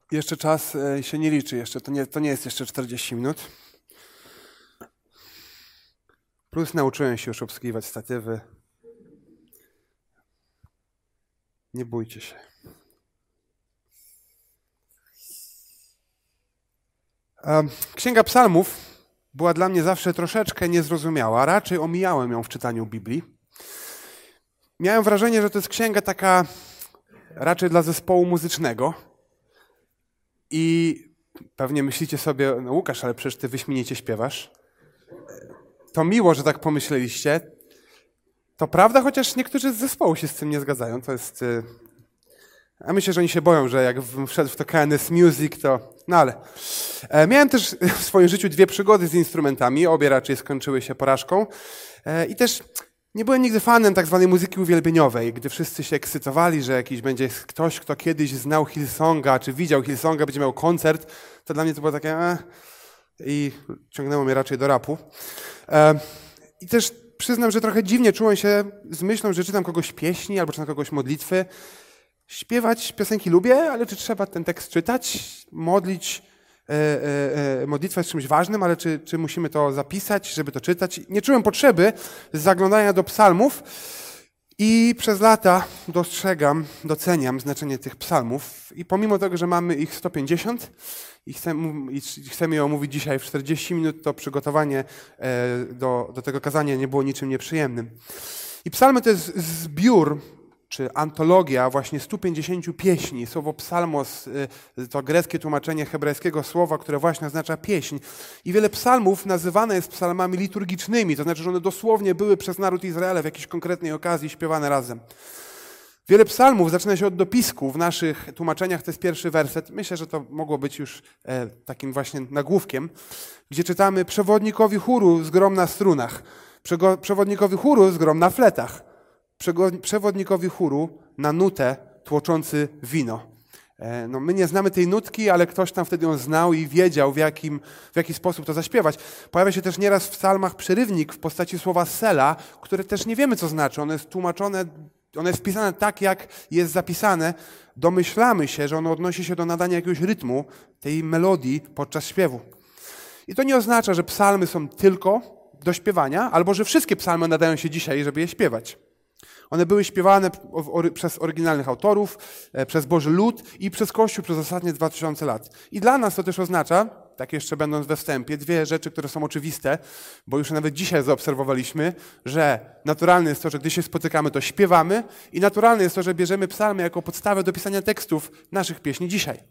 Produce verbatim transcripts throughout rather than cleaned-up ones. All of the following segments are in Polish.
Jeszcze czas się nie liczy, jeszcze to nie, to nie jest jeszcze czterdzieści minut. Plus nauczyłem się już obsługiwać statywy. Nie bójcie się. Księga Psalmów była dla mnie zawsze troszeczkę niezrozumiała. Raczej omijałem ją w czytaniu Biblii. Miałem wrażenie, że to jest księga taka raczej dla zespołu muzycznego. I pewnie myślicie sobie, no Łukasz, ale przecież ty wyśmienicie śpiewasz. To miło, że tak pomyśleliście. To prawda, chociaż niektórzy z zespołu się z tym nie zgadzają. To jest... A myślę, że oni się boją, że jak wszedł w to K N S Music, to... No ale... Miałem też w swoim życiu dwie przygody z instrumentami. Obie raczej skończyły się porażką. I też nie byłem nigdy fanem tak zwanej muzyki uwielbieniowej, gdy wszyscy się ekscytowali, że jakiś będzie ktoś, kto kiedyś znał Hillsonga, czy widział Hillsonga, będzie miał koncert. To dla mnie to było takie... Eh, I ciągnęło mnie raczej do rapu. I też przyznam, że trochę dziwnie czułem się z myślą, że czytam kogoś pieśni albo czytam kogoś modlitwy. Śpiewać piosenki lubię, ale czy trzeba ten tekst czytać, modlić? E, e, e, modlitwa jest czymś ważnym, ale czy, czy musimy to zapisać, żeby to czytać? Nie czułem potrzeby zaglądania do psalmów i przez lata dostrzegam, doceniam znaczenie tych psalmów i pomimo tego, że mamy ich sto pięćdziesiąt i chcemy, i chcemy je omówić dzisiaj w czterdzieści minut, to przygotowanie e, do, do tego kazania nie było niczym nieprzyjemnym. I psalmy to jest zbiór czy antologia właśnie stu pięćdziesięciu pieśni. Słowo psalmos to greckie tłumaczenie hebrajskiego słowa, które właśnie oznacza pieśń. I wiele psalmów nazywane jest psalmami liturgicznymi, to znaczy, że one dosłownie były przez naród Izraela w jakiejś konkretnej okazji śpiewane razem. Wiele psalmów zaczyna się od dopisku. W naszych tłumaczeniach to jest pierwszy werset. Myślę, że to mogło być już e, takim właśnie nagłówkiem, gdzie czytamy przewodnikowi chóru z grom na strunach, Przego, przewodnikowi chóru z grom na fletach, przewodnikowi chóru na nutę tłoczący wino. No, my nie znamy tej nutki, ale ktoś tam wtedy ją znał i wiedział, w, jakim, w jaki sposób to zaśpiewać. Pojawia się też nieraz w psalmach przerywnik w postaci słowa sela, które też nie wiemy, co znaczy. Ono jest tłumaczone, ono jest wpisane tak, jak jest zapisane. Domyślamy się, że ono odnosi się do nadania jakiegoś rytmu, tej melodii podczas śpiewu. I to nie oznacza, że psalmy są tylko do śpiewania, albo że wszystkie psalmy nadają się dzisiaj, żeby je śpiewać. One były śpiewane przez oryginalnych autorów, przez Boży lud i przez Kościół przez ostatnie dwa tysiące lat. I dla nas to też oznacza, tak jeszcze będąc we wstępie, dwie rzeczy, które są oczywiste, bo już nawet dzisiaj zaobserwowaliśmy, że naturalne jest to, że gdy się spotykamy, to śpiewamy i naturalne jest to, że bierzemy psalmy jako podstawę do pisania tekstów naszych pieśni dzisiaj.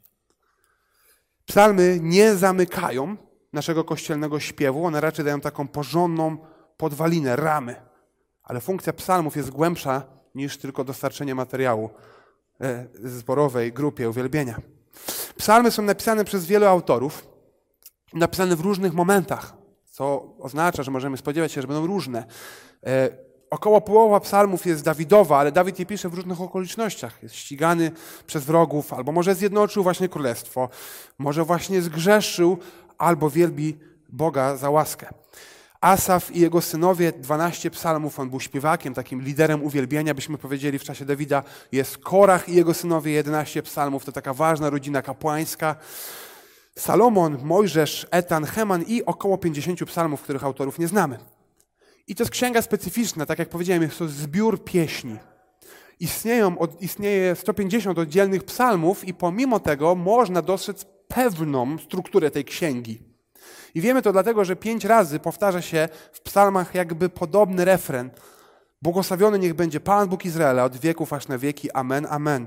Psalmy nie zamykają naszego kościelnego śpiewu, one raczej dają taką porządną podwalinę, ramy. Ale funkcja psalmów jest głębsza niż tylko dostarczenie materiału zborowej grupie uwielbienia. Psalmy są napisane przez wielu autorów, napisane w różnych momentach, co oznacza, że możemy spodziewać się, że będą różne. Około połowa psalmów jest Dawidowa, ale Dawid je pisze w różnych okolicznościach. Jest ścigany przez wrogów, albo może zjednoczył właśnie królestwo, może właśnie zgrzeszył, albo wielbi Boga za łaskę. Asaf i jego synowie, dwanaście psalmów, on był śpiewakiem, takim liderem uwielbienia, byśmy powiedzieli w czasie Dawida. Jest Korach i jego synowie, jedenaście psalmów, to taka ważna rodzina kapłańska. Salomon, Mojżesz, Etan, Heman i około pięćdziesięciu psalmów, których autorów nie znamy. I to jest księga specyficzna, tak jak powiedziałem, jest to zbiór pieśni. Istnieją, istnieje sto pięćdziesiąt oddzielnych psalmów i pomimo tego można dostrzec pewną strukturę tej księgi. I wiemy to dlatego, że pięć razy powtarza się w psalmach jakby podobny refren. Błogosławiony niech będzie Pan Bóg Izraela od wieków aż na wieki. Amen, amen.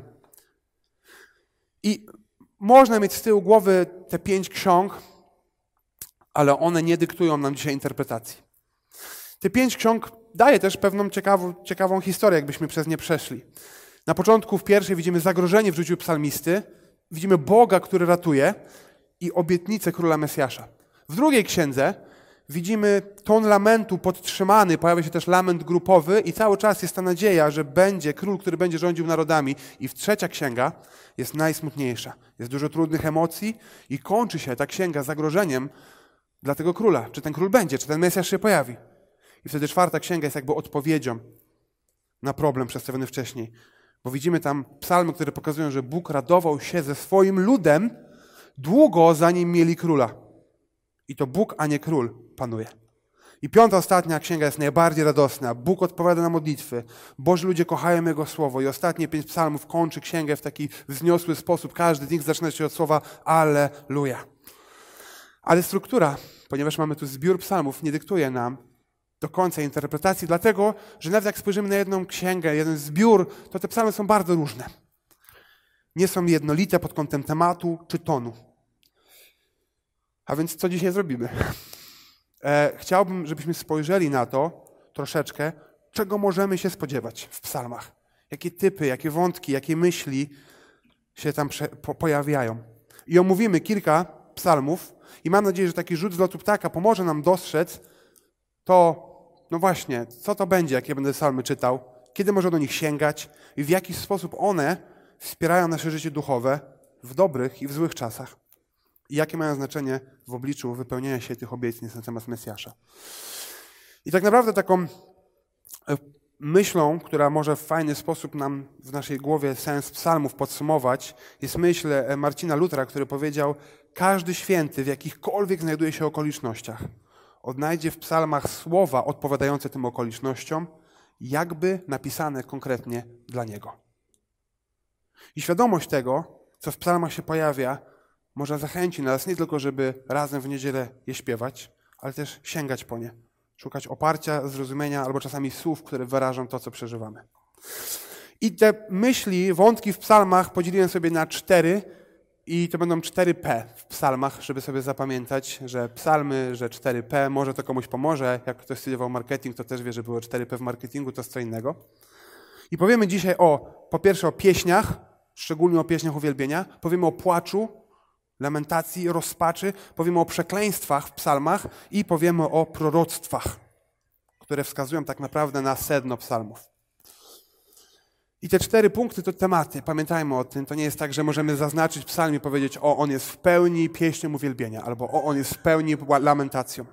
I można mieć z tyłu głowy te pięć ksiąg, ale one nie dyktują nam dzisiaj interpretacji. Te pięć ksiąg daje też pewną ciekawą, ciekawą historię, jakbyśmy przez nie przeszli. Na początku w pierwszej widzimy zagrożenie w życiu psalmisty, widzimy Boga, który ratuje i obietnicę króla Mesjasza. W drugiej księdze widzimy ton lamentu podtrzymany, pojawia się też lament grupowy i cały czas jest ta nadzieja, że będzie król, który będzie rządził narodami. I w trzecia księga jest najsmutniejsza. Jest dużo trudnych emocji i kończy się ta księga zagrożeniem dla tego króla. Czy ten król będzie, czy ten Mesjasz się pojawi. I wtedy czwarta księga jest jakby odpowiedzią na problem przedstawiony wcześniej. Bo widzimy tam psalmy, które pokazują, że Bóg radował się ze swoim ludem długo zanim mieli króla. I to Bóg, a nie król panuje. I piąta, ostatnia księga jest najbardziej radosna. Bóg odpowiada na modlitwy. Boży ludzie kochają Jego słowo. I ostatnie pięć psalmów kończy księgę w taki wzniosły sposób. Każdy z nich zaczyna się od słowa Alleluja. Ale struktura, ponieważ mamy tu zbiór psalmów, nie dyktuje nam do końca interpretacji, dlatego, że nawet jak spojrzymy na jedną księgę, jeden zbiór, to te psalmy są bardzo różne. Nie są jednolite pod kątem tematu czy tonu. A więc co dzisiaj zrobimy? E, chciałbym, żebyśmy spojrzeli na to troszeczkę, czego możemy się spodziewać w psalmach. Jakie typy, jakie wątki, jakie myśli się tam prze, po, pojawiają. I omówimy kilka psalmów i mam nadzieję, że taki rzut z lotu ptaka pomoże nam dostrzec to, no właśnie, co to będzie, jak ja będę psalmy czytał, kiedy można do nich sięgać i w jaki sposób one wspierają nasze życie duchowe w dobrych i w złych czasach. I jakie mają znaczenie w obliczu wypełnienia się tych obietnic na temat Mesjasza. I tak naprawdę taką myślą, która może w fajny sposób nam w naszej głowie sens psalmów podsumować, jest myśl Marcina Lutra, który powiedział: każdy święty w jakichkolwiek znajduje się okolicznościach odnajdzie w psalmach słowa odpowiadające tym okolicznościom, jakby napisane konkretnie dla niego. I świadomość tego, co w psalmach się pojawia, może zachęci nas nie tylko, żeby razem w niedzielę je śpiewać, ale też sięgać po nie, szukać oparcia, zrozumienia albo czasami słów, które wyrażą to, co przeżywamy. I te myśli, wątki w psalmach podzieliłem sobie na cztery i to będą cztery P w psalmach, żeby sobie zapamiętać, że psalmy, że cztery P, może to komuś pomoże. Jak ktoś studiował marketing, to też wie, że było cztery P w marketingu, to jest co innego. I powiemy dzisiaj o, po pierwsze o pieśniach, szczególnie o pieśniach uwielbienia, powiemy o płaczu, lamentacji, rozpaczy, powiemy o przekleństwach w psalmach i powiemy o proroctwach, które wskazują tak naprawdę na sedno psalmów. I te cztery punkty to tematy, pamiętajmy o tym, to nie jest tak, że możemy zaznaczyć psalm i powiedzieć: o, on jest w pełni pieśnią uwielbienia, albo o, on jest w pełni lamentacją.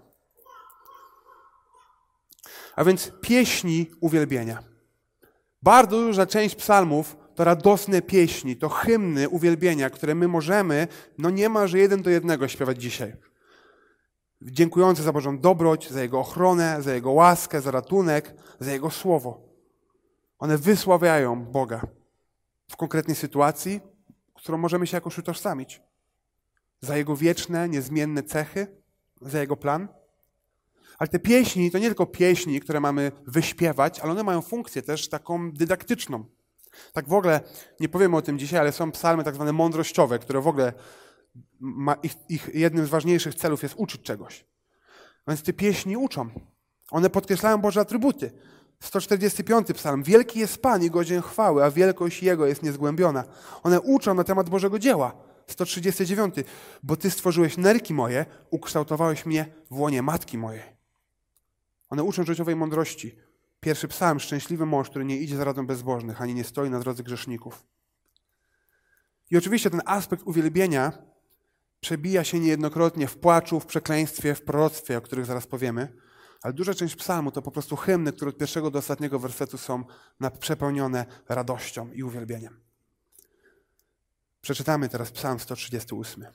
A więc pieśni uwielbienia. Bardzo duża część psalmów to radosne pieśni, to hymny uwielbienia, które my możemy, no niemalże jeden do jednego śpiewać dzisiaj. Dziękujące za Bożą dobroć, za Jego ochronę, za Jego łaskę, za ratunek, za Jego słowo. One wysławiają Boga w konkretnej sytuacji, z którą możemy się jakoś utożsamić. Za Jego wieczne, niezmienne cechy, za Jego plan. Ale te pieśni to nie tylko pieśni, które mamy wyśpiewać, ale one mają funkcję też taką dydaktyczną. Tak w ogóle, nie powiemy o tym dzisiaj, ale są psalmy tak zwane mądrościowe, które w ogóle ma ich, ich jednym z ważniejszych celów jest uczyć czegoś. Więc te pieśni uczą. One podkreślają Boże atrybuty. sto czterdziesty piąty psalm. Wielki jest Pan i godzien chwały, a wielkość Jego jest niezgłębiona. One uczą na temat Bożego dzieła. sto trzydziesty dziewiąty. Bo Ty stworzyłeś nerki moje, ukształtowałeś mnie w łonie matki mojej. One uczą życiowej mądrości. Pierwszy psalm, szczęśliwy mąż, który nie idzie za radą bezbożnych, ani nie stoi na drodze grzeszników. I oczywiście ten aspekt uwielbienia przebija się niejednokrotnie w płaczu, w przekleństwie, w proroctwie, o których zaraz powiemy, ale duża część psalmu to po prostu hymny, które od pierwszego do ostatniego wersetu są przepełnione radością i uwielbieniem. Przeczytamy teraz psalm sto trzydziesty ósmy.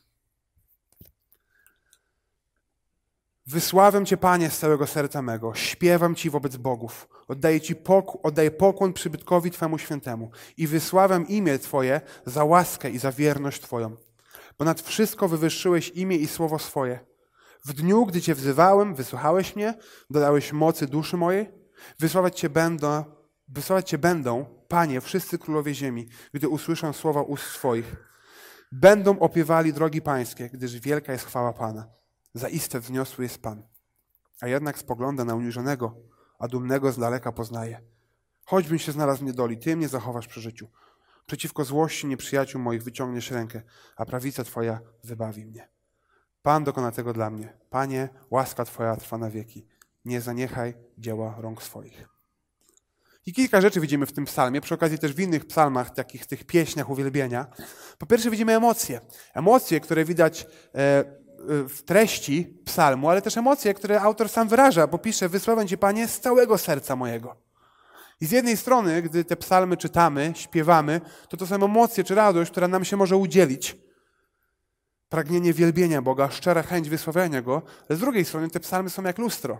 Wysławiam Cię, Panie, z całego serca mego, śpiewam Ci wobec bogów, oddaję Ci pokł- oddaję pokłon przybytkowi Twemu świętemu i wysławiam imię Twoje za łaskę i za wierność Twoją. Ponad wszystko wywyższyłeś imię i słowo swoje. W dniu, gdy Cię wzywałem, wysłuchałeś mnie, dodałeś mocy duszy mojej. Wysławiać Cię będą, wysławiać Cię będą, Panie, wszyscy królowie ziemi, gdy usłyszą słowa ust swoich. Będą opiewali drogi Pańskie, gdyż wielka jest chwała Pana. Zaiste wzniosły jest Pan. A jednak spogląda na uniżonego, a dumnego z daleka poznaje. Choćbym się znalazł w niedoli, Ty mnie zachowasz przy życiu. Przeciwko złości nieprzyjaciół moich wyciągniesz rękę, a prawica Twoja wybawi mnie. Pan dokona tego dla mnie. Panie, łaska Twoja trwa na wieki. Nie zaniechaj dzieła rąk swoich. I kilka rzeczy widzimy w tym psalmie, przy okazji też w innych psalmach, takich tych pieśniach uwielbienia. Po pierwsze widzimy emocje. Emocje, które widać e, w treści psalmu, ale też emocje, które autor sam wyraża, bo pisze: wysławiam Cię, Panie, z całego serca mojego. I z jednej strony, gdy te psalmy czytamy, śpiewamy, to to są emocje czy radość, która nam się może udzielić. Pragnienie wielbienia Boga, szczera chęć wysławiania Go, ale z drugiej strony te psalmy są jak lustro.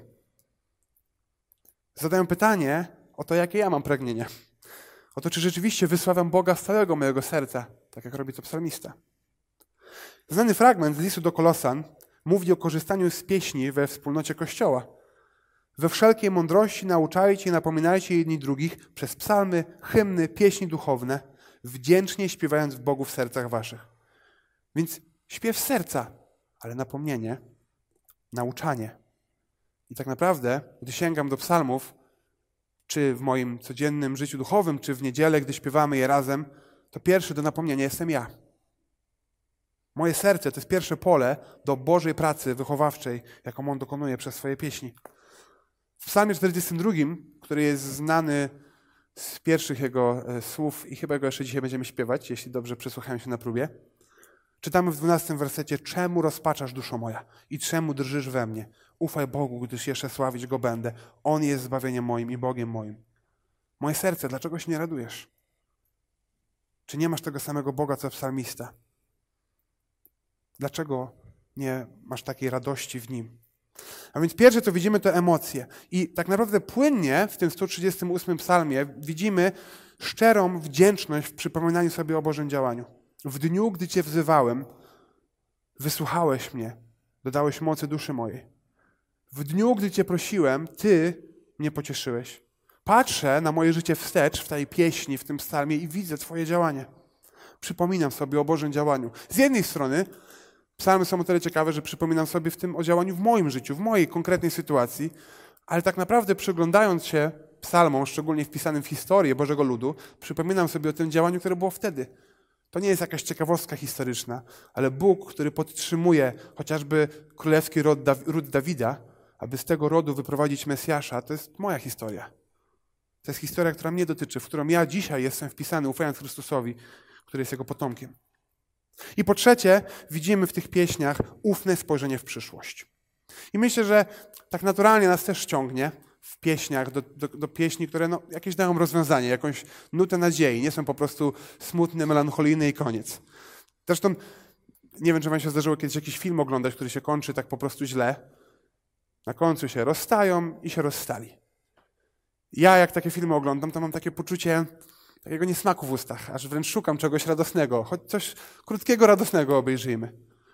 Zadają pytanie o to, jakie ja mam pragnienie. O to, czy rzeczywiście wysławiam Boga z całego mojego serca, tak jak robi to psalmista. Znany fragment z listu do Kolosan mówi o korzystaniu z pieśni we wspólnocie Kościoła. We wszelkiej mądrości nauczajcie i napominajcie jedni drugich przez psalmy, hymny, pieśni duchowne, wdzięcznie śpiewając w Bogu w sercach waszych. Więc śpiew serca, ale napomnienie, nauczanie. I tak naprawdę, gdy sięgam do psalmów, czy w moim codziennym życiu duchowym, czy w niedzielę, gdy śpiewamy je razem, to pierwszy do napomnienia jestem ja. Moje serce to jest pierwsze pole do Bożej pracy wychowawczej, jaką On dokonuje przez swoje pieśni. W psalmie czterdziestym drugim, który jest znany z pierwszych jego słów i chyba go jeszcze dzisiaj będziemy śpiewać, jeśli dobrze przysłuchałem się na próbie, czytamy w dwunastym wersecie: czemu rozpaczasz, duszo moja, i czemu drżysz we mnie? Ufaj Bogu, gdyż jeszcze sławić Go będę. On jest zbawieniem moim i Bogiem moim. Moje serce, dlaczego się nie radujesz? Czy nie masz tego samego Boga, co psalmista? Dlaczego nie masz takiej radości w Nim? A więc pierwsze, co widzimy, to emocje. I tak naprawdę płynnie w tym sto trzydziestym ósmym psalmie widzimy szczerą wdzięczność w przypominaniu sobie o Bożym działaniu. W dniu, gdy Cię wzywałem, wysłuchałeś mnie, dodałeś mocy duszy mojej. W dniu, gdy Cię prosiłem, Ty mnie pocieszyłeś. Patrzę na moje życie wstecz w tej pieśni, w tym psalmie i widzę Twoje działanie. Przypominam sobie o Bożym działaniu. Z jednej strony psalmy są o tyle ciekawe, że przypominam sobie w tym o działaniu w moim życiu, w mojej konkretnej sytuacji, ale tak naprawdę przyglądając się psalmom, szczególnie wpisanym w historię Bożego Ludu, przypominam sobie o tym działaniu, które było wtedy. To nie jest jakaś ciekawostka historyczna, ale Bóg, który podtrzymuje chociażby królewski ród, Daw- ród Dawida, aby z tego rodu wyprowadzić Mesjasza, to jest moja historia. To jest historia, która mnie dotyczy, w którą ja dzisiaj jestem wpisany, ufając Chrystusowi, który jest Jego potomkiem. I po trzecie, widzimy w tych pieśniach ufne spojrzenie w przyszłość. I myślę, że tak naturalnie nas też ciągnie w pieśniach do, do, do pieśni, które no, jakieś dają rozwiązanie, jakąś nutę nadziei, nie są po prostu smutne, melancholijne i koniec. Zresztą nie wiem, czy wam się zdarzyło kiedyś jakiś film oglądać, który się kończy tak po prostu źle. Na końcu się rozstają i się rozstali. Ja jak takie filmy oglądam, to mam takie poczucie takiego niesmaku w ustach, aż wręcz szukam czegoś radosnego, choć coś krótkiego, radosnego obejrzyjmy.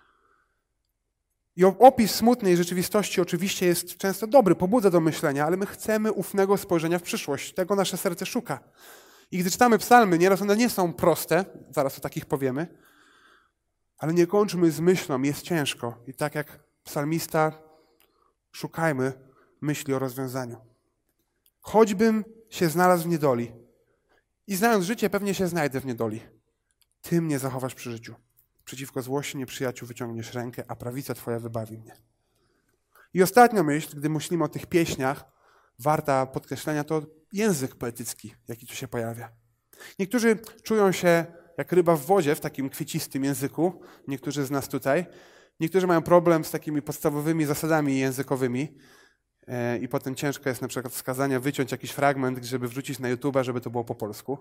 I opis smutnej rzeczywistości oczywiście jest często dobry, pobudza do myślenia, ale my chcemy ufnego spojrzenia w przyszłość. Tego nasze serce szuka. I gdy czytamy psalmy, nieraz one nie są proste, zaraz o takich powiemy, ale nie kończmy z myślą, jest ciężko. I tak jak psalmista, szukajmy myśli o rozwiązaniu. Choćbym się znalazł w niedoli i znając życie, pewnie się znajdę w niedoli. Ty mnie zachowasz przy życiu. Przeciwko złości nieprzyjaciół wyciągniesz rękę, a prawica Twoja wybawi mnie. I ostatnia myśl, gdy myślimy o tych pieśniach, warta podkreślenia, to język poetycki, jaki tu się pojawia. Niektórzy czują się jak ryba w wodzie w takim kwiecistym języku, niektórzy z nas tutaj. Niektórzy mają problem z takimi podstawowymi zasadami językowymi i potem ciężko jest na przykład wskazania wyciąć jakiś fragment, żeby wrzucić na YouTube'a, żeby to było po polsku.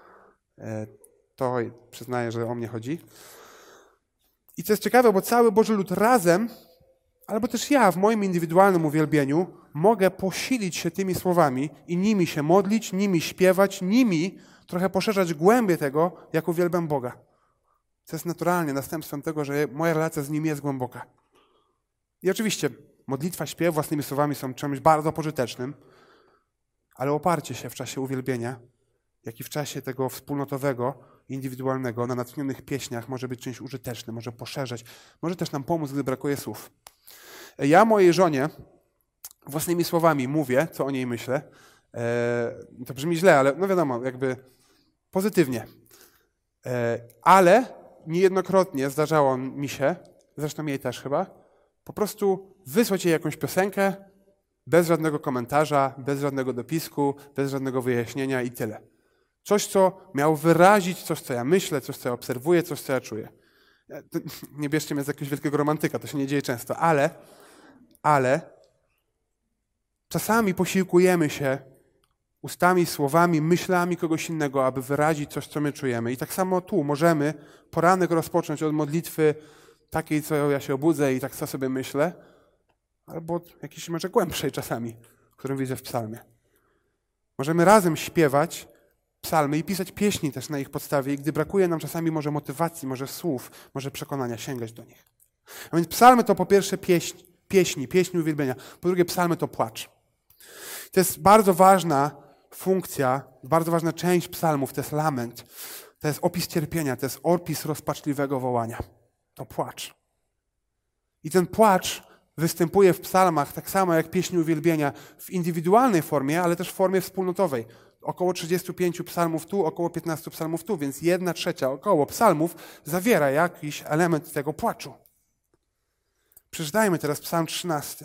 To przyznaję, że o mnie chodzi. I co jest ciekawe, bo cały Boży lud razem, albo też ja w moim indywidualnym uwielbieniu mogę posilić się tymi słowami i nimi się modlić, nimi śpiewać, nimi trochę poszerzać głębię tego, jak uwielbiam Boga. Co jest naturalnie następstwem tego, że moja relacja z Nim jest głęboka. I oczywiście modlitwa, śpiew własnymi słowami są czymś bardzo pożytecznym, ale oparcie się w czasie uwielbienia, jak i w czasie tego wspólnotowego, indywidualnego, na natchnionych pieśniach może być czymś użytecznym, może poszerzać, może też nam pomóc, gdy brakuje słów. Ja mojej żonie własnymi słowami mówię, co o niej myślę. To brzmi źle, ale no wiadomo, jakby pozytywnie. Ale niejednokrotnie zdarzało mi się, zresztą jej też chyba, po prostu wysłać jej jakąś piosenkę bez żadnego komentarza, bez żadnego dopisku, bez żadnego wyjaśnienia i tyle. Coś, co miało wyrazić coś, co ja myślę, coś, co ja obserwuję, coś, co ja czuję. Nie bierzcie mnie za jakiegoś wielkiego romantyka, to się nie dzieje często, ale, ale czasami posiłkujemy się ustami, słowami, myślami kogoś innego, aby wyrazić coś, co my czujemy. I tak samo tu możemy poranek rozpocząć od modlitwy takiej, co ja się obudzę i tak co sobie myślę, albo od jakiejś może głębszej czasami, którą widzę w psalmie. Możemy razem śpiewać psalmy i pisać pieśni też na ich podstawie, i gdy brakuje nam czasami może motywacji, może słów, może przekonania, sięgać do nich. A więc psalmy to po pierwsze pieśń, pieśni, pieśni uwielbienia, po drugie psalmy to płacz. To jest bardzo ważna funkcja, bardzo ważna część psalmów, to jest lament, to jest opis cierpienia, to jest opis rozpaczliwego wołania. To płacz. I ten płacz występuje w psalmach tak samo jak pieśni uwielbienia w indywidualnej formie, ale też w formie wspólnotowej. Około trzydziestu pięciu psalmów tu, około piętnastu psalmów tu, więc jedna trzecia około psalmów zawiera jakiś element tego płaczu. Przeczytajmy teraz psalm trzynasty.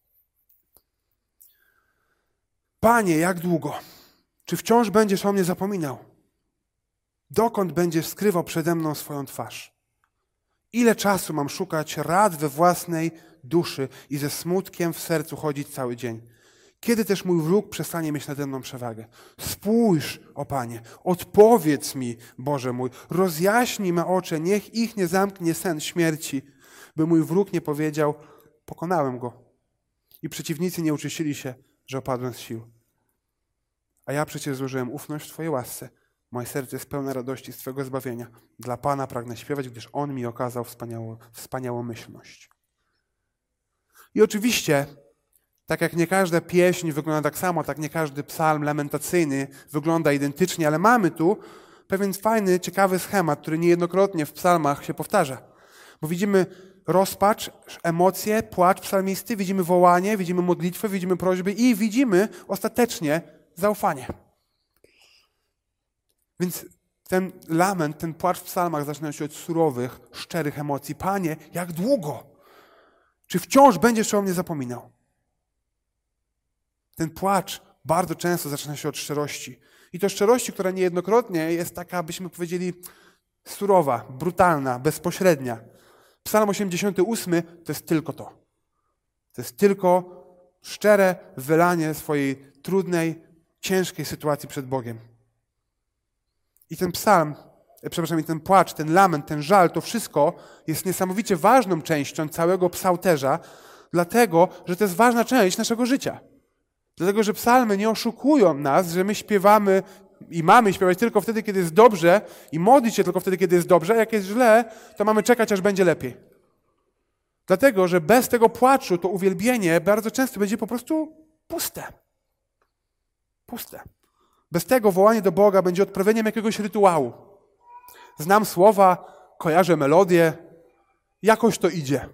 Panie, jak długo? Czy wciąż będziesz o mnie zapominał? Dokąd będziesz skrywał przede mną swoją twarz? Ile czasu mam szukać rad we własnej duszy i ze smutkiem w sercu chodzić cały dzień? Kiedy też mój wróg przestanie mieć nade mną przewagę? Spójrz, o Panie, odpowiedz mi, Boże mój, rozjaśnij me oczy, niech ich nie zamknie sen śmierci, by mój wróg nie powiedział, pokonałem go. I przeciwnicy nie uczyścili się, że opadłem z sił. A ja przecież złożyłem ufność w Twojej łasce. Moje serce jest pełne radości z Twojego zbawienia. Dla Pana pragnę śpiewać, gdyż On mi okazał wspaniałą, wspaniałomyślność. I oczywiście, tak jak nie każda pieśń wygląda tak samo, tak nie każdy psalm lamentacyjny wygląda identycznie, ale mamy tu pewien fajny, ciekawy schemat, który niejednokrotnie w psalmach się powtarza. Bo widzimy rozpacz, emocje, płacz psalmisty, widzimy wołanie, widzimy modlitwę, widzimy prośby i widzimy ostatecznie zaufanie. Więc ten lament, ten płacz w psalmach zaczyna się od surowych, szczerych emocji. Panie, jak długo? Czy wciąż będziesz o mnie zapominał? Ten płacz bardzo często zaczyna się od szczerości. I to szczerości, która niejednokrotnie jest taka, byśmy powiedzieli, surowa, brutalna, bezpośrednia. Psalm osiemdziesiąty ósmy to jest tylko to. To jest tylko szczere wylanie swojej trudnej, ciężkiej sytuacji przed Bogiem. I ten psalm, przepraszam, i ten płacz, ten lament, ten żal, to wszystko jest niesamowicie ważną częścią całego psalterza, dlatego, że to jest ważna część naszego życia. Dlatego, że psalmy nie oszukują nas, że my śpiewamy i mamy śpiewać tylko wtedy, kiedy jest dobrze i modlić się tylko wtedy, kiedy jest dobrze, a jak jest źle, to mamy czekać, aż będzie lepiej. Dlatego, że bez tego płaczu to uwielbienie bardzo często będzie po prostu puste. Puste. Bez tego wołanie do Boga będzie odprawieniem jakiegoś rytuału. Znam słowa, kojarzę melodię, jakoś to idzie.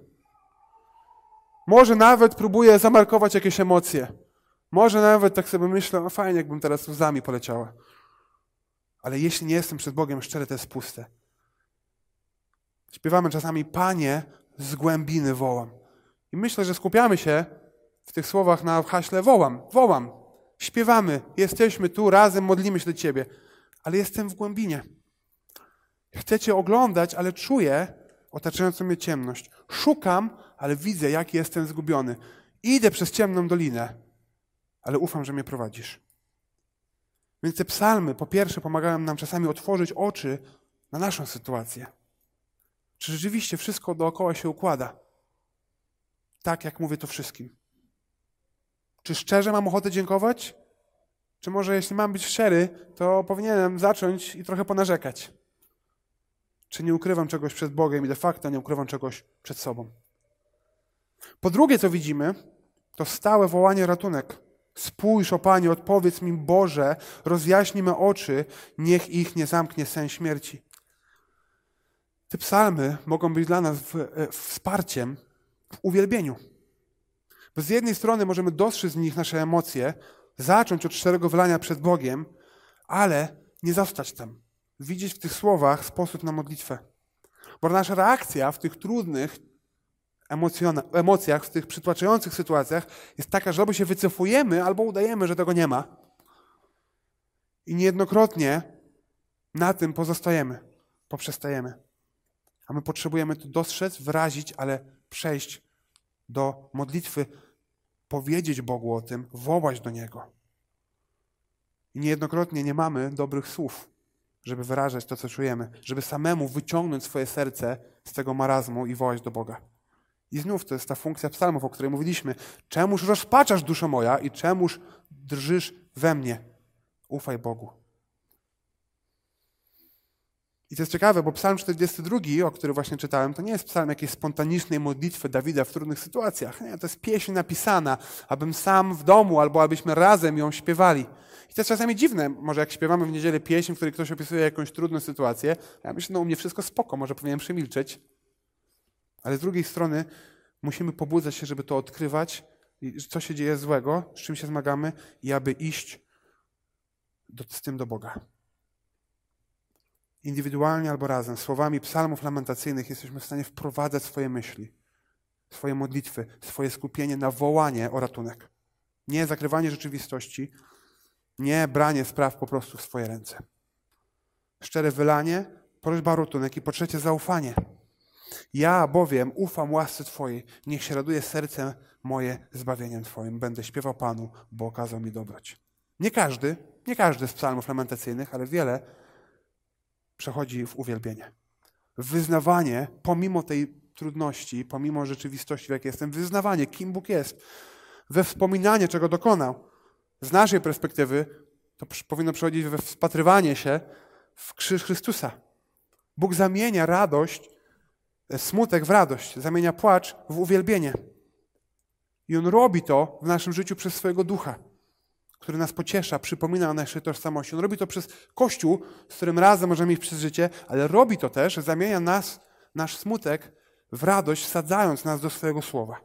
Może nawet próbuję zamarkować jakieś emocje. Może nawet tak sobie myślę, no fajnie, jakbym teraz łzami poleciała. Ale jeśli nie jestem przed Bogiem szczery, to jest puste. Śpiewamy czasami, Panie, z głębiny wołam. I myślę, że skupiamy się w tych słowach na haśle wołam, wołam. Śpiewamy, jesteśmy tu razem, modlimy się do Ciebie. Ale jestem w głębinie. Chcę Cię oglądać, ale czuję otaczającą mnie ciemność. Szukam, ale widzę, jak jestem zgubiony. Idę przez ciemną dolinę, ale ufam, że mnie prowadzisz. Więc te psalmy, po pierwsze, pomagają nam czasami otworzyć oczy na naszą sytuację. Czy rzeczywiście wszystko dookoła się układa? Tak, jak mówię to wszystkim. Czy szczerze mam ochotę dziękować? Czy może, jeśli mam być szczery, to powinienem zacząć i trochę ponarzekać? Czy nie ukrywam czegoś przed Bogiem i de facto nie ukrywam czegoś przed sobą? Po drugie, co widzimy, to stałe wołanie ratunek. Spójrz, o Panie, odpowiedz mi, Boże, rozjaśnij me oczy, niech ich nie zamknie sen śmierci. Te psalmy mogą być dla nas w, e, wsparciem w uwielbieniu. Bo z jednej strony możemy dostrzec w nich nasze emocje, zacząć od szczerego wylania przed Bogiem, ale nie zostać tam. Widzieć w tych słowach sposób na modlitwę. Bo nasza reakcja w tych trudnych emocjach, w tych przytłaczających sytuacjach jest taka, że albo się wycofujemy, albo udajemy, że tego nie ma. I niejednokrotnie na tym pozostajemy, poprzestajemy. A my potrzebujemy to dostrzec, wyrazić, ale przejść do modlitwy, powiedzieć Bogu o tym, wołać do Niego. I niejednokrotnie nie mamy dobrych słów, żeby wyrażać to, co czujemy, żeby samemu wyciągnąć swoje serce z tego marazmu i wołać do Boga. I znów to jest ta funkcja psalmów, o której mówiliśmy. Czemuż rozpaczasz, duszo moja, i czemuż drżysz we mnie? Ufaj Bogu. I to jest ciekawe, bo psalm czterdziesty drugi, o którym właśnie czytałem, to nie jest psalm jakiejś spontanicznej modlitwy Dawida w trudnych sytuacjach. Nie, to jest pieśń napisana, abym sam w domu albo abyśmy razem ją śpiewali. I to jest czasami dziwne, może jak śpiewamy w niedzielę pieśń, w której ktoś opisuje jakąś trudną sytuację, ja myślę, no u mnie wszystko spoko, może powinienem przemilczeć. Ale z drugiej strony musimy pobudzać się, żeby to odkrywać, co się dzieje złego, z czym się zmagamy i aby iść do, z tym do Boga. Indywidualnie albo razem, słowami psalmów lamentacyjnych jesteśmy w stanie wprowadzać swoje myśli, swoje modlitwy, swoje skupienie na wołanie o ratunek. Nie zakrywanie rzeczywistości, nie branie spraw po prostu w swoje ręce. Szczere wylanie, prośba o ratunek i po trzecie zaufanie. Ja bowiem ufam łasce Twojej, niech się raduje serce moje zbawieniem Twoim. Będę śpiewał Panu, bo okazał mi dobroć. Nie każdy, nie każdy z psalmów lamentacyjnych, ale wiele przechodzi w uwielbienie. Wyznawanie, pomimo tej trudności, pomimo rzeczywistości, w jakiej jestem, wyznawanie, kim Bóg jest, we wspominanie, czego dokonał. Z naszej perspektywy to powinno przechodzić we wpatrywanie się w krzyż Chrystusa. Bóg zamienia radość, smutek w radość, zamienia płacz w uwielbienie. I On robi to w naszym życiu przez swojego Ducha, który nas pociesza, przypomina o naszej tożsamości. On robi to przez Kościół, z którym razem możemy iść przez życie, ale robi to też, zamienia nas, nasz smutek w radość, wsadzając nas do swojego Słowa.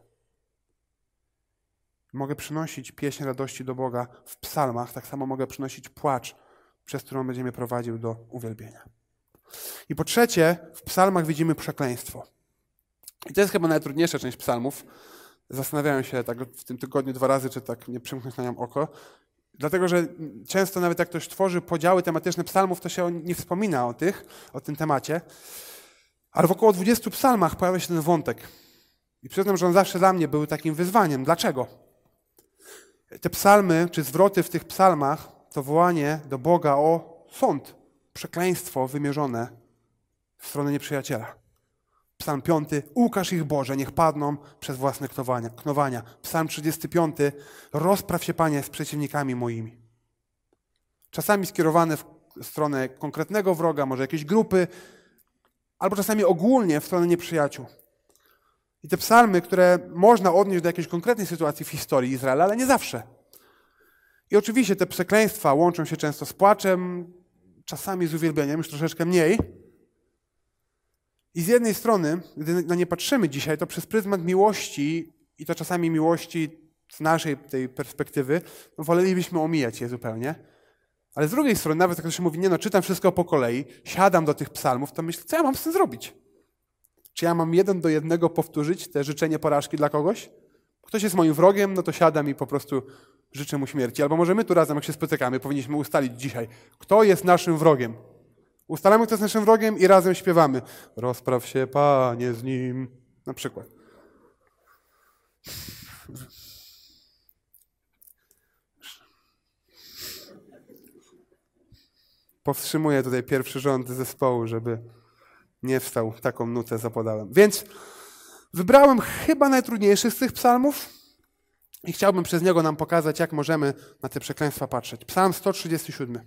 Mogę przynosić pieśń radości do Boga w psalmach, tak samo mogę przynosić płacz, przez którą będzie mnie prowadził do uwielbienia. I po trzecie, w psalmach widzimy przekleństwo. I to jest chyba najtrudniejsza część psalmów. Zastanawiałem się tak w tym tygodniu dwa razy, czy tak nie przymknąć na nią oko. Dlatego, że często nawet jak ktoś tworzy podziały tematyczne psalmów, to się nie wspomina o tych, o tym temacie. Ale w około dwudziestu psalmach pojawia się ten wątek. I przyznam, że on zawsze dla mnie był takim wyzwaniem. Dlaczego? Te psalmy, czy zwroty w tych psalmach, to wołanie do Boga o sąd, przekleństwo wymierzone w stronę nieprzyjaciela. Psalm piąty, ukaż ich Boże, niech padną przez własne knowania. knowania. Psalm trzydziesty piąty, rozpraw się Panie z przeciwnikami moimi. Czasami skierowane w stronę konkretnego wroga, może jakiejś grupy, albo czasami ogólnie w stronę nieprzyjaciół. I te psalmy, które można odnieść do jakiejś konkretnej sytuacji w historii Izraela, ale nie zawsze. I oczywiście te przekleństwa łączą się często z płaczem, czasami z uwielbieniem, już troszeczkę mniej. I z jednej strony, gdy na nie patrzymy dzisiaj, to przez pryzmat miłości i to czasami miłości z naszej tej perspektywy, no wolelibyśmy omijać je zupełnie. Ale z drugiej strony, nawet jak ktoś mówi, nie no, czytam wszystko po kolei, siadam do tych psalmów, to myślę, co ja mam z tym zrobić? Czy ja mam jeden do jednego powtórzyć te życzenie porażki dla kogoś? Ktoś jest moim wrogiem, no to siadam i po prostu życzę mu śmierci. Albo może my tu razem, jak się spotykamy, powinniśmy ustalić dzisiaj, kto jest naszym wrogiem. Ustalamy, kto jest naszym wrogiem i razem śpiewamy. Rozpraw się, Panie, z nim. Na przykład. Powstrzymuję tutaj pierwszy rząd zespołu, żeby nie wstał. Taką nutę zapodałem. Więc wybrałem chyba najtrudniejszy z tych psalmów i chciałbym przez niego nam pokazać, jak możemy na te przekleństwa patrzeć. Psalm sto trzydziesty siódmy.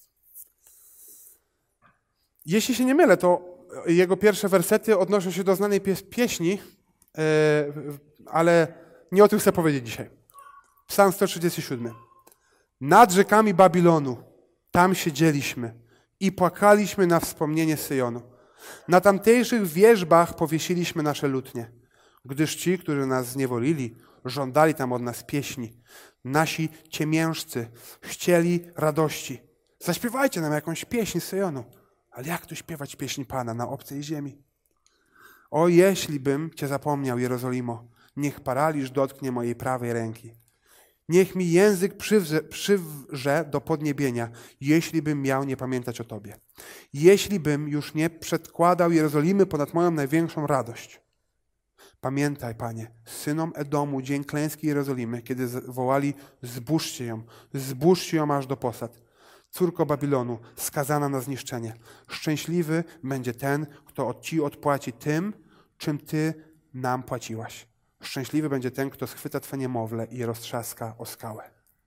Jeśli się nie mylę, to jego pierwsze wersety odnoszą się do znanej pie- pieśni, yy, ale nie o tym chcę powiedzieć dzisiaj. Psalm sto trzydziesty siódmy. Nad rzekami Babilonu, tam siedzieliśmy i płakaliśmy na wspomnienie Syjonu. Na tamtejszych wierzbach powiesiliśmy nasze lutnie, gdyż ci, którzy nas zniewolili, żądali tam od nas pieśni. Nasi ciemiężcy chcieli radości. Zaśpiewajcie nam jakąś pieśń Syjonu. Ale jak tu śpiewać pieśń Pana na obcej ziemi? O, jeśli bym Cię zapomniał, Jerozolimo, niech paraliż dotknie mojej prawej ręki. Niech mi język przywrze, przywrze do podniebienia, jeśli bym miał nie pamiętać o Tobie. Jeśli bym już nie przedkładał Jerozolimy ponad moją największą radość. Pamiętaj, Panie, synom Edomu dzień klęski Jerozolimy, kiedy wołali, zbóżcie ją, zbóżcie ją aż do posad. córko Babilonu, skazana na zniszczenie. Szczęśliwy będzie ten, kto ci odpłaci tym, czym ty nam płaciłaś. Szczęśliwy będzie ten, kto schwyta twe niemowlę i je roztrzaska o skałę.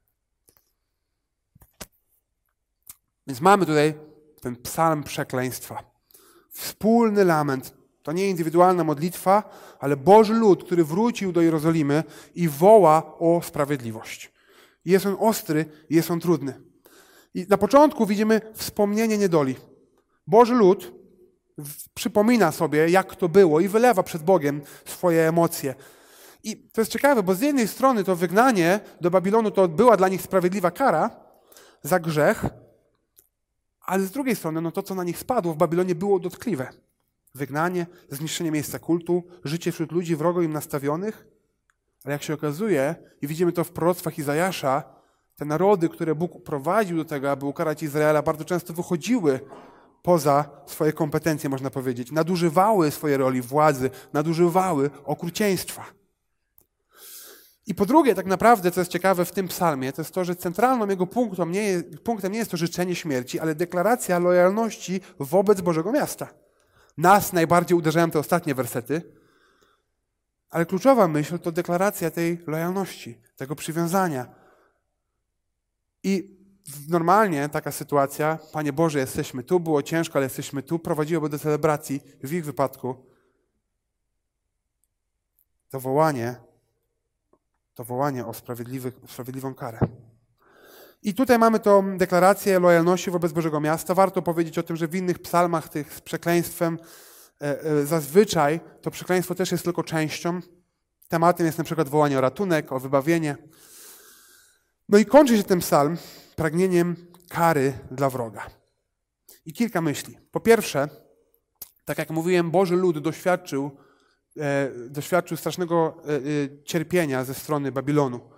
Więc mamy tutaj ten psalm przekleństwa. Wspólny lament. To nie indywidualna modlitwa, ale Boży lud, który wrócił do Jerozolimy i woła o sprawiedliwość. I jest on ostry, i jest on trudny. I na początku widzimy wspomnienie niedoli. Boży lud przypomina sobie, jak to było i wylewa przed Bogiem swoje emocje. I to jest ciekawe, bo z jednej strony to wygnanie do Babilonu to była dla nich sprawiedliwa kara za grzech, ale z drugiej strony no to, co na nich spadło w Babilonie, było dotkliwe. Wygnanie, zniszczenie miejsca kultu, życie wśród ludzi wrogo im nastawionych. Ale jak się okazuje, i widzimy to w proroctwach Izajasza, te narody, które Bóg prowadził do tego, aby ukarać Izraela, bardzo często wychodziły poza swoje kompetencje, można powiedzieć. Nadużywały swojej roli władzy, nadużywały okrucieństwa. I po drugie, tak naprawdę, co jest ciekawe w tym psalmie, to jest to, że centralną jego punktem nie jest, punktem nie jest to życzenie śmierci, ale deklaracja lojalności wobec Bożego miasta. Nas najbardziej uderzają te ostatnie wersety, ale kluczowa myśl to deklaracja tej lojalności, tego przywiązania. I normalnie taka sytuacja, Panie Boże, jesteśmy tu, było ciężko, ale jesteśmy tu, prowadziłoby do celebracji. W ich wypadku to wołanie, to wołanie o sprawiedliwą karę. I tutaj mamy tą deklarację lojalności wobec Bożego miasta. Warto powiedzieć o tym, że w innych psalmach tych z przekleństwem e, e, zazwyczaj to przekleństwo też jest tylko częścią. Tematem jest na przykład wołanie o ratunek, o wybawienie. No i kończy się ten psalm pragnieniem kary dla wroga. I kilka myśli. Po pierwsze, tak jak mówiłem, Boży lud doświadczył, e, doświadczył strasznego e, e, cierpienia ze strony Babilonu.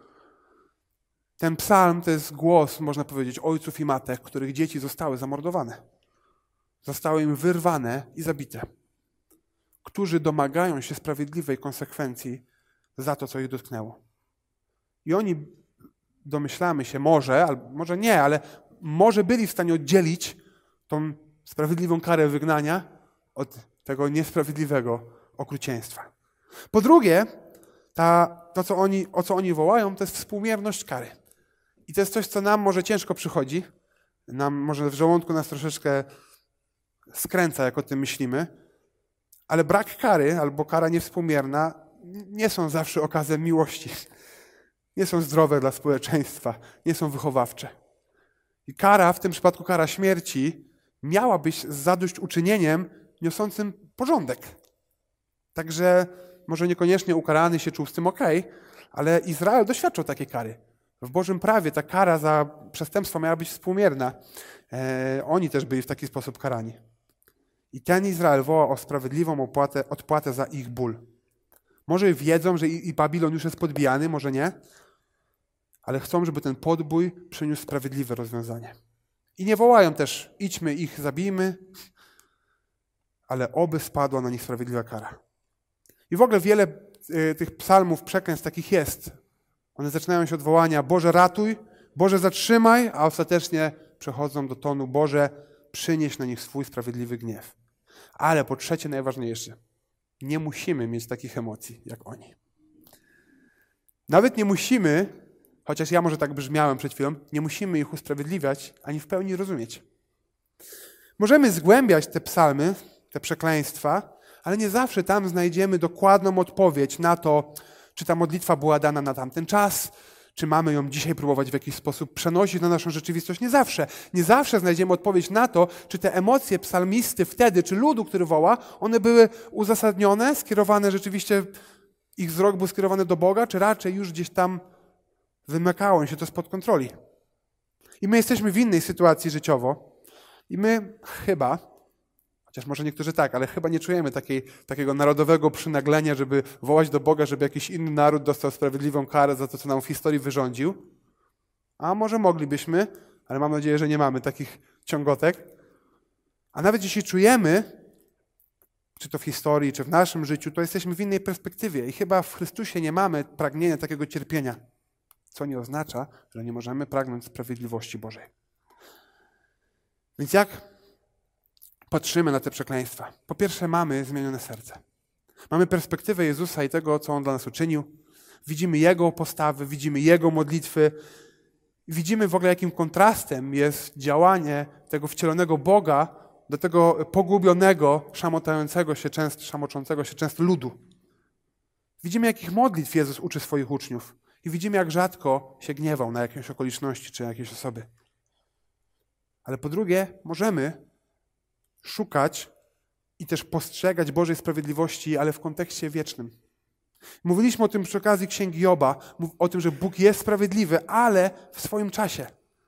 Ten psalm to jest głos, można powiedzieć, ojców i matek, których dzieci zostały zamordowane. Zostały im wyrwane i zabite. Którzy domagają się sprawiedliwej konsekwencji za to, co ich dotknęło. I oni, domyślamy się, może, albo może nie, ale może byli w stanie oddzielić tą sprawiedliwą karę wygnania od tego niesprawiedliwego okrucieństwa. Po drugie, ta, to, co oni, o co oni wołają, to jest współmierność kary. I to jest coś, co nam może ciężko przychodzi. Nam może w żołądku nas troszeczkę skręca, jak o tym myślimy. Ale brak kary albo kara niewspółmierna nie są zawsze okazem miłości. Nie są zdrowe dla społeczeństwa, nie są wychowawcze. I kara, w tym przypadku kara śmierci, miała być zadośćuczynieniem niosącym porządek. Także może niekoniecznie ukarany się czuł z tym okej, ale Izrael doświadczał takiej kary. W Bożym prawie ta kara za przestępstwo miała być współmierna. E, oni też byli w taki sposób karani. I ten Izrael woła o sprawiedliwą opłatę, odpłatę za ich ból. Może wiedzą, że i, i Babilon już jest podbijany, może nie, ale chcą, żeby ten podbój przyniósł sprawiedliwe rozwiązanie. I nie wołają też, idźmy ich, zabijmy, ale oby spadła na nich sprawiedliwa kara. I w ogóle wiele y, tych psalmów, przekleństw takich jest. One zaczynają się od wołania Boże ratuj, Boże zatrzymaj, a ostatecznie przechodzą do tonu Boże przynieś na nich swój sprawiedliwy gniew. Ale po trzecie najważniejsze, nie musimy mieć takich emocji jak oni. Nawet nie musimy, chociaż ja może tak brzmiałem przed chwilą, nie musimy ich usprawiedliwiać, ani w pełni rozumieć. Możemy zgłębiać te psalmy, te przekleństwa, ale nie zawsze tam znajdziemy dokładną odpowiedź na to, czy ta modlitwa była dana na tamten czas, czy mamy ją dzisiaj próbować w jakiś sposób przenosić na naszą rzeczywistość. Nie zawsze. Nie zawsze znajdziemy odpowiedź na to, czy te emocje psalmisty wtedy, czy ludu, który woła, one były uzasadnione, skierowane rzeczywiście, ich wzrok był skierowany do Boga, czy raczej już gdzieś tam wymykało się to spod kontroli. I my jesteśmy w innej sytuacji życiowo i my chyba, chociaż może niektórzy tak, ale chyba nie czujemy takiej, takiego narodowego przynaglenia, żeby wołać do Boga, żeby jakiś inny naród dostał sprawiedliwą karę za to, co nam w historii wyrządził. A może moglibyśmy, ale mam nadzieję, że nie mamy takich ciągotek. A nawet jeśli czujemy, czy to w historii, czy w naszym życiu, to jesteśmy w innej perspektywie i chyba w Chrystusie nie mamy pragnienia takiego cierpienia, co nie oznacza, że nie możemy pragnąć sprawiedliwości Bożej. Więc jak patrzymy na te przekleństwa? Po pierwsze, mamy zmienione serce. Mamy perspektywę Jezusa i tego, co On dla nas uczynił. Widzimy Jego postawy, widzimy Jego modlitwy. Widzimy w ogóle, jakim kontrastem jest działanie tego wcielonego Boga do tego pogubionego, szamotającego się często, szamoczącego się często ludu. Widzimy, jakich modlitw Jezus uczy swoich uczniów. I widzimy, jak rzadko się gniewał na jakieś okoliczności czy jakieś osoby. Ale po drugie, możemy szukać i też postrzegać Bożej sprawiedliwości, ale w kontekście wiecznym. Mówiliśmy o tym przy okazji Księgi Joba, o tym, że Bóg jest sprawiedliwy, ale w swoim czasie.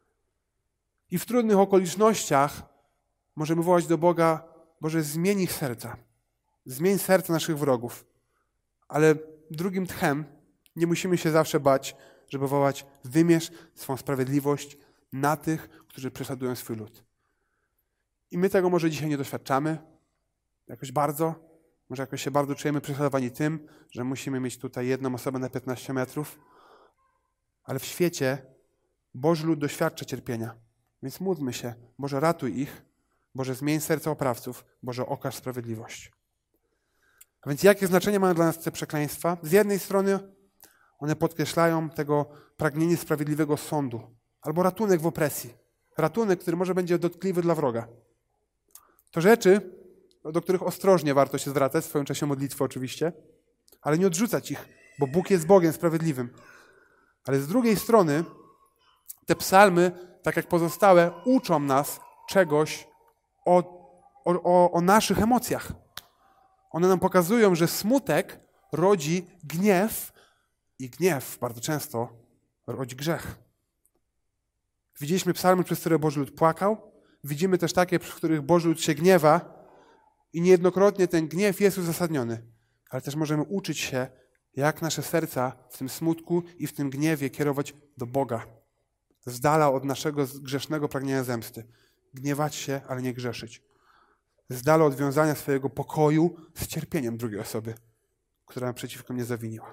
I w trudnych okolicznościach możemy wołać do Boga: Boże, zmień ich serca. Zmień serca naszych wrogów. Ale drugim tchem nie musimy się zawsze bać, żeby wołać: wymierz swą sprawiedliwość na tych, którzy prześladują swój lud. I my tego może dzisiaj nie doświadczamy jakoś bardzo. Może jakoś się bardzo czujemy prześladowani tym, że musimy mieć tutaj jedną osobę na piętnaście metrów. Ale w świecie Boży lud doświadcza cierpienia. Więc módlmy się: Boże, ratuj ich. Boże, zmień serca oprawców. Boże, okaż sprawiedliwość. A więc jakie znaczenie mają dla nas te przekleństwa? Z jednej strony one podkreślają tego pragnienie sprawiedliwego sądu albo ratunek w opresji. Ratunek, który może będzie dotkliwy dla wroga. To rzeczy, do których ostrożnie warto się zwracać, w swoim czasie modlitwy oczywiście, ale nie odrzucać ich, bo Bóg jest Bogiem sprawiedliwym. Ale z drugiej strony te psalmy, tak jak pozostałe, uczą nas czegoś o, o, o, o naszych emocjach. One nam pokazują, że smutek rodzi gniew i gniew bardzo często rodzi grzech. Widzieliśmy psalmy, przez które Boży lud płakał. Widzimy też takie, przez których Boży lud się gniewa i niejednokrotnie ten gniew jest uzasadniony. Ale też możemy uczyć się, jak nasze serca w tym smutku i w tym gniewie kierować do Boga. Z dala od naszego grzesznego pragnienia zemsty. Gniewać się, ale nie grzeszyć. Z dala od wiązania swojego pokoju z cierpieniem drugiej osoby, która przeciwko mnie zawiniła.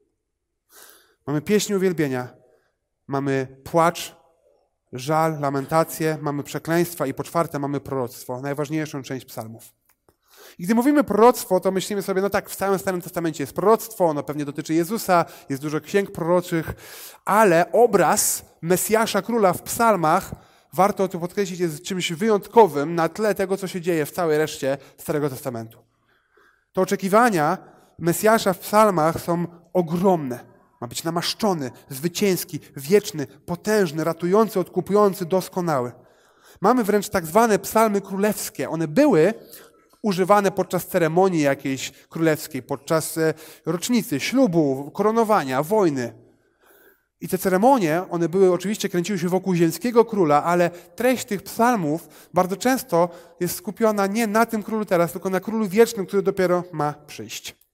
Mamy pieśń uwielbienia, mamy płacz, żal, lamentację, mamy przekleństwa i po czwarte mamy proroctwo, najważniejszą część psalmów. I gdy mówimy proroctwo, to myślimy sobie, no tak, w całym Starym Testamencie jest proroctwo, ono pewnie dotyczy Jezusa, jest dużo księg proroczych, ale obraz Mesjasza Króla w psalmach, warto to podkreślić, jest czymś wyjątkowym na tle tego, co się dzieje w całej reszcie Starego Testamentu. Te oczekiwania Mesjasza w psalmach są ogromne. Ma być namaszczony, zwycięski, wieczny, potężny, ratujący, odkupujący, doskonały. Mamy wręcz tak zwane psalmy królewskie. One były używane podczas ceremonii jakiejś królewskiej, podczas rocznicy, ślubu, koronowania, wojny. I te ceremonie, one były, oczywiście kręciły się wokół ziemskiego króla, ale treść tych psalmów bardzo często jest skupiona nie na tym królu teraz, tylko na królu wiecznym, który dopiero ma przyjść.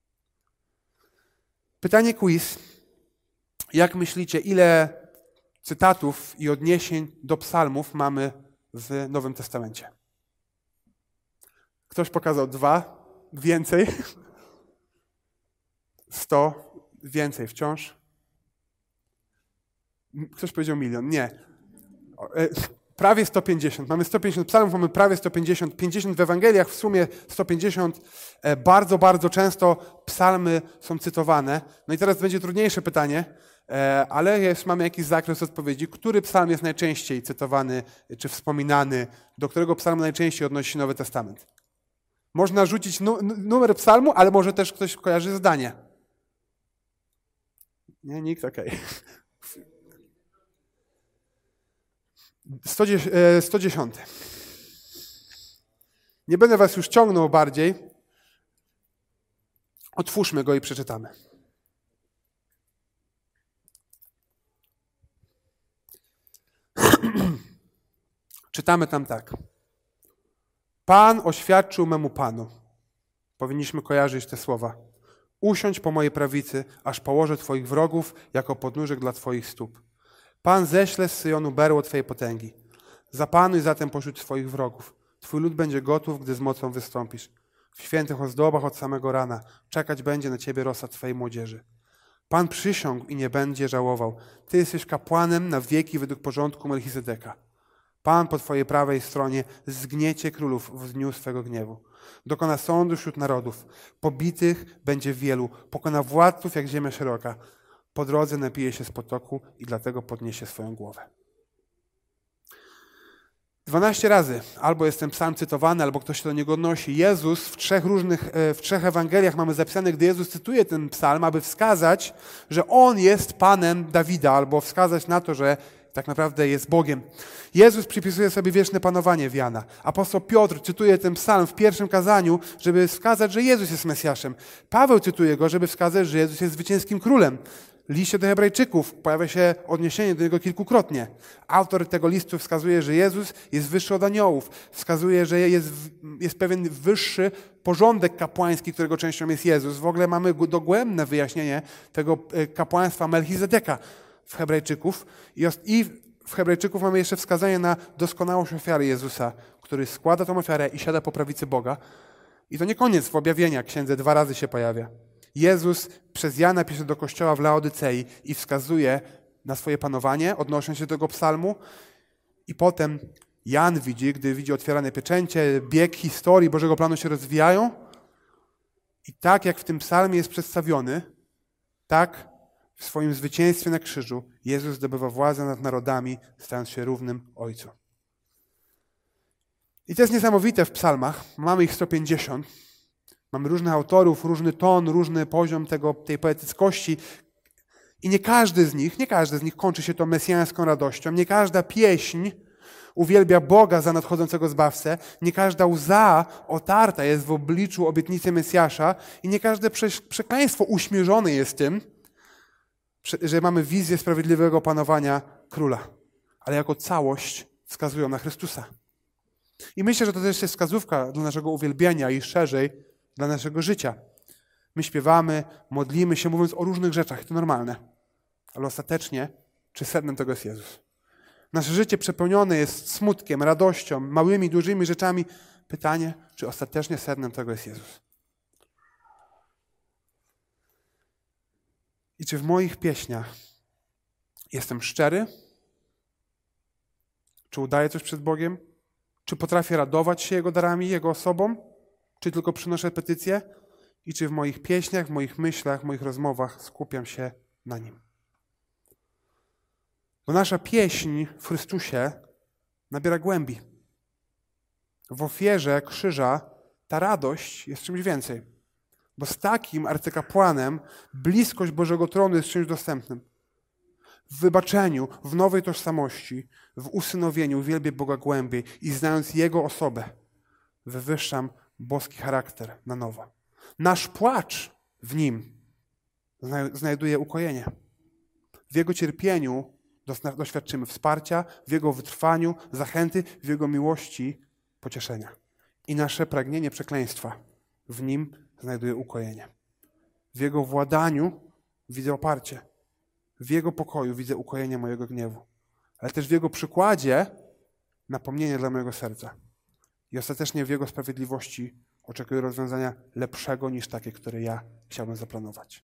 Pytanie quiz. Jak myślicie, ile cytatów i odniesień do psalmów mamy w Nowym Testamencie? Ktoś pokazał dwa, więcej. Sto, więcej wciąż. Ktoś powiedział milion. Nie. Prawie sto pięćdziesiąt. Mamy sto pięćdziesiąt psalmów, mamy prawie sto pięćdziesiąt. pięćdziesiąt w Ewangeliach, w sumie sto pięćdziesiąt. Bardzo, bardzo często psalmy są cytowane. No i teraz będzie trudniejsze pytanie, ale jest, mamy jakiś zakres odpowiedzi. Który psalm jest najczęściej cytowany czy wspominany? Do którego psalmu najczęściej odnosi się Nowy Testament? Można rzucić nu- numer psalmu, ale może też ktoś kojarzy zdanie. Nie, nikt? Okej. Okay. sto dziesięć. Nie będę was już ciągnął bardziej. Otwórzmy go i przeczytamy. Czytamy tam tak. Pan oświadczył memu Panu. Powinniśmy kojarzyć te słowa. Usiądź po mojej prawicy, aż położę twoich wrogów jako podnóżek dla twoich stóp. Pan ześle z Syjonu berło twojej potęgi. Zapanuj zatem pośród swoich wrogów. Twój lud będzie gotów, gdy z mocą wystąpisz. W świętych ozdobach od samego rana. Czekać będzie na ciebie rosa twojej młodzieży. Pan przysiągł i nie będzie żałował. Ty jesteś kapłanem na wieki według porządku Melchizedeka. Pan po twojej prawej stronie zgniecie królów w dniu swego gniewu. Dokona sądu wśród narodów. Pobitych będzie wielu. Pokona władców jak ziemia szeroka. Po drodze napije się z potoku i dlatego podniesie swoją głowę. Dwanaście razy albo jest ten psalm cytowany, albo ktoś się do niego odnosi. Jezus w trzech różnych, w trzech Ewangeliach mamy zapisane, gdy Jezus cytuje ten psalm, aby wskazać, że On jest Panem Dawida, albo wskazać na to, że tak naprawdę jest Bogiem. Jezus przypisuje sobie wieczne panowanie w Jana. Apostoł Piotr cytuje ten psalm w pierwszym kazaniu, żeby wskazać, że Jezus jest Mesjaszem. Paweł cytuje go, żeby wskazać, że Jezus jest zwycięskim królem. W liście do Hebrajczyków pojawia się odniesienie do niego kilkukrotnie. Autor tego listu wskazuje, że Jezus jest wyższy od aniołów. Wskazuje, że jest, jest pewien wyższy porządek kapłański, którego częścią jest Jezus. W ogóle mamy dogłębne wyjaśnienie tego kapłaństwa Melchizedeka w Hebrajczyków. I w Hebrajczyków mamy jeszcze wskazanie na doskonałość ofiary Jezusa, który składa tą ofiarę i siada po prawicy Boga. I to nie koniec w objawienia księdze, dwa razy się pojawia. Jezus przez Jana pisze do kościoła w Laodycei i wskazuje na swoje panowanie, odnosząc się do tego psalmu. I potem Jan widzi, gdy widzi otwierane pieczęcie, bieg historii Bożego planu się rozwijają. I tak jak w tym psalmie jest przedstawiony, tak w swoim zwycięstwie na krzyżu Jezus zdobywa władzę nad narodami, stając się równym Ojcu. I to jest niesamowite w psalmach. Mamy ich sto pięćdziesiąt. Mamy różnych autorów, różny ton, różny poziom tego, tej poetyckości. I nie każdy z nich, nie każdy z nich kończy się tą mesjańską radością. Nie każda pieśń uwielbia Boga za nadchodzącego Zbawcę. Nie każda łza otarta jest w obliczu obietnicy Mesjasza. I nie każde przekleństwo uśmierzone jest tym, że mamy wizję sprawiedliwego panowania króla. Ale jako całość wskazują na Chrystusa. I myślę, że to też jest wskazówka dla naszego uwielbienia i szerzej dla naszego życia. My śpiewamy, modlimy się, mówiąc o różnych rzeczach, to normalne. Ale ostatecznie, czy sednem tego jest Jezus? Nasze życie przepełnione jest smutkiem, radością, małymi, dużymi rzeczami. Pytanie, czy ostatecznie sednem tego jest Jezus? I czy w moich pieśniach jestem szczery? Czy udaję coś przed Bogiem? Czy potrafię radować się Jego darami, Jego osobą? Czy tylko przynoszę petycje? I czy w moich pieśniach, w moich myślach, w moich rozmowach skupiam się na Nim? Bo nasza pieśń w Chrystusie nabiera głębi. W ofierze krzyża ta radość jest czymś więcej. Bo z takim arcykapłanem bliskość Bożego Tronu jest czymś dostępnym. W wybaczeniu, w nowej tożsamości, w usynowieniu wielbię Boga głębiej i znając Jego osobę, wywyższam boski charakter na nowo. Nasz płacz w Nim znajduje ukojenie. W Jego cierpieniu doświadczymy wsparcia, w Jego wytrwaniu, zachęty, w Jego miłości, pocieszenia. I nasze pragnienie przekleństwa w Nim znajduje ukojenie. W Jego władaniu widzę oparcie. W Jego pokoju widzę ukojenie mojego gniewu. Ale też w Jego przykładzie napomnienie dla mojego serca. I ostatecznie w Jego sprawiedliwości oczekuję rozwiązania lepszego niż takie, które ja chciałbym zaplanować.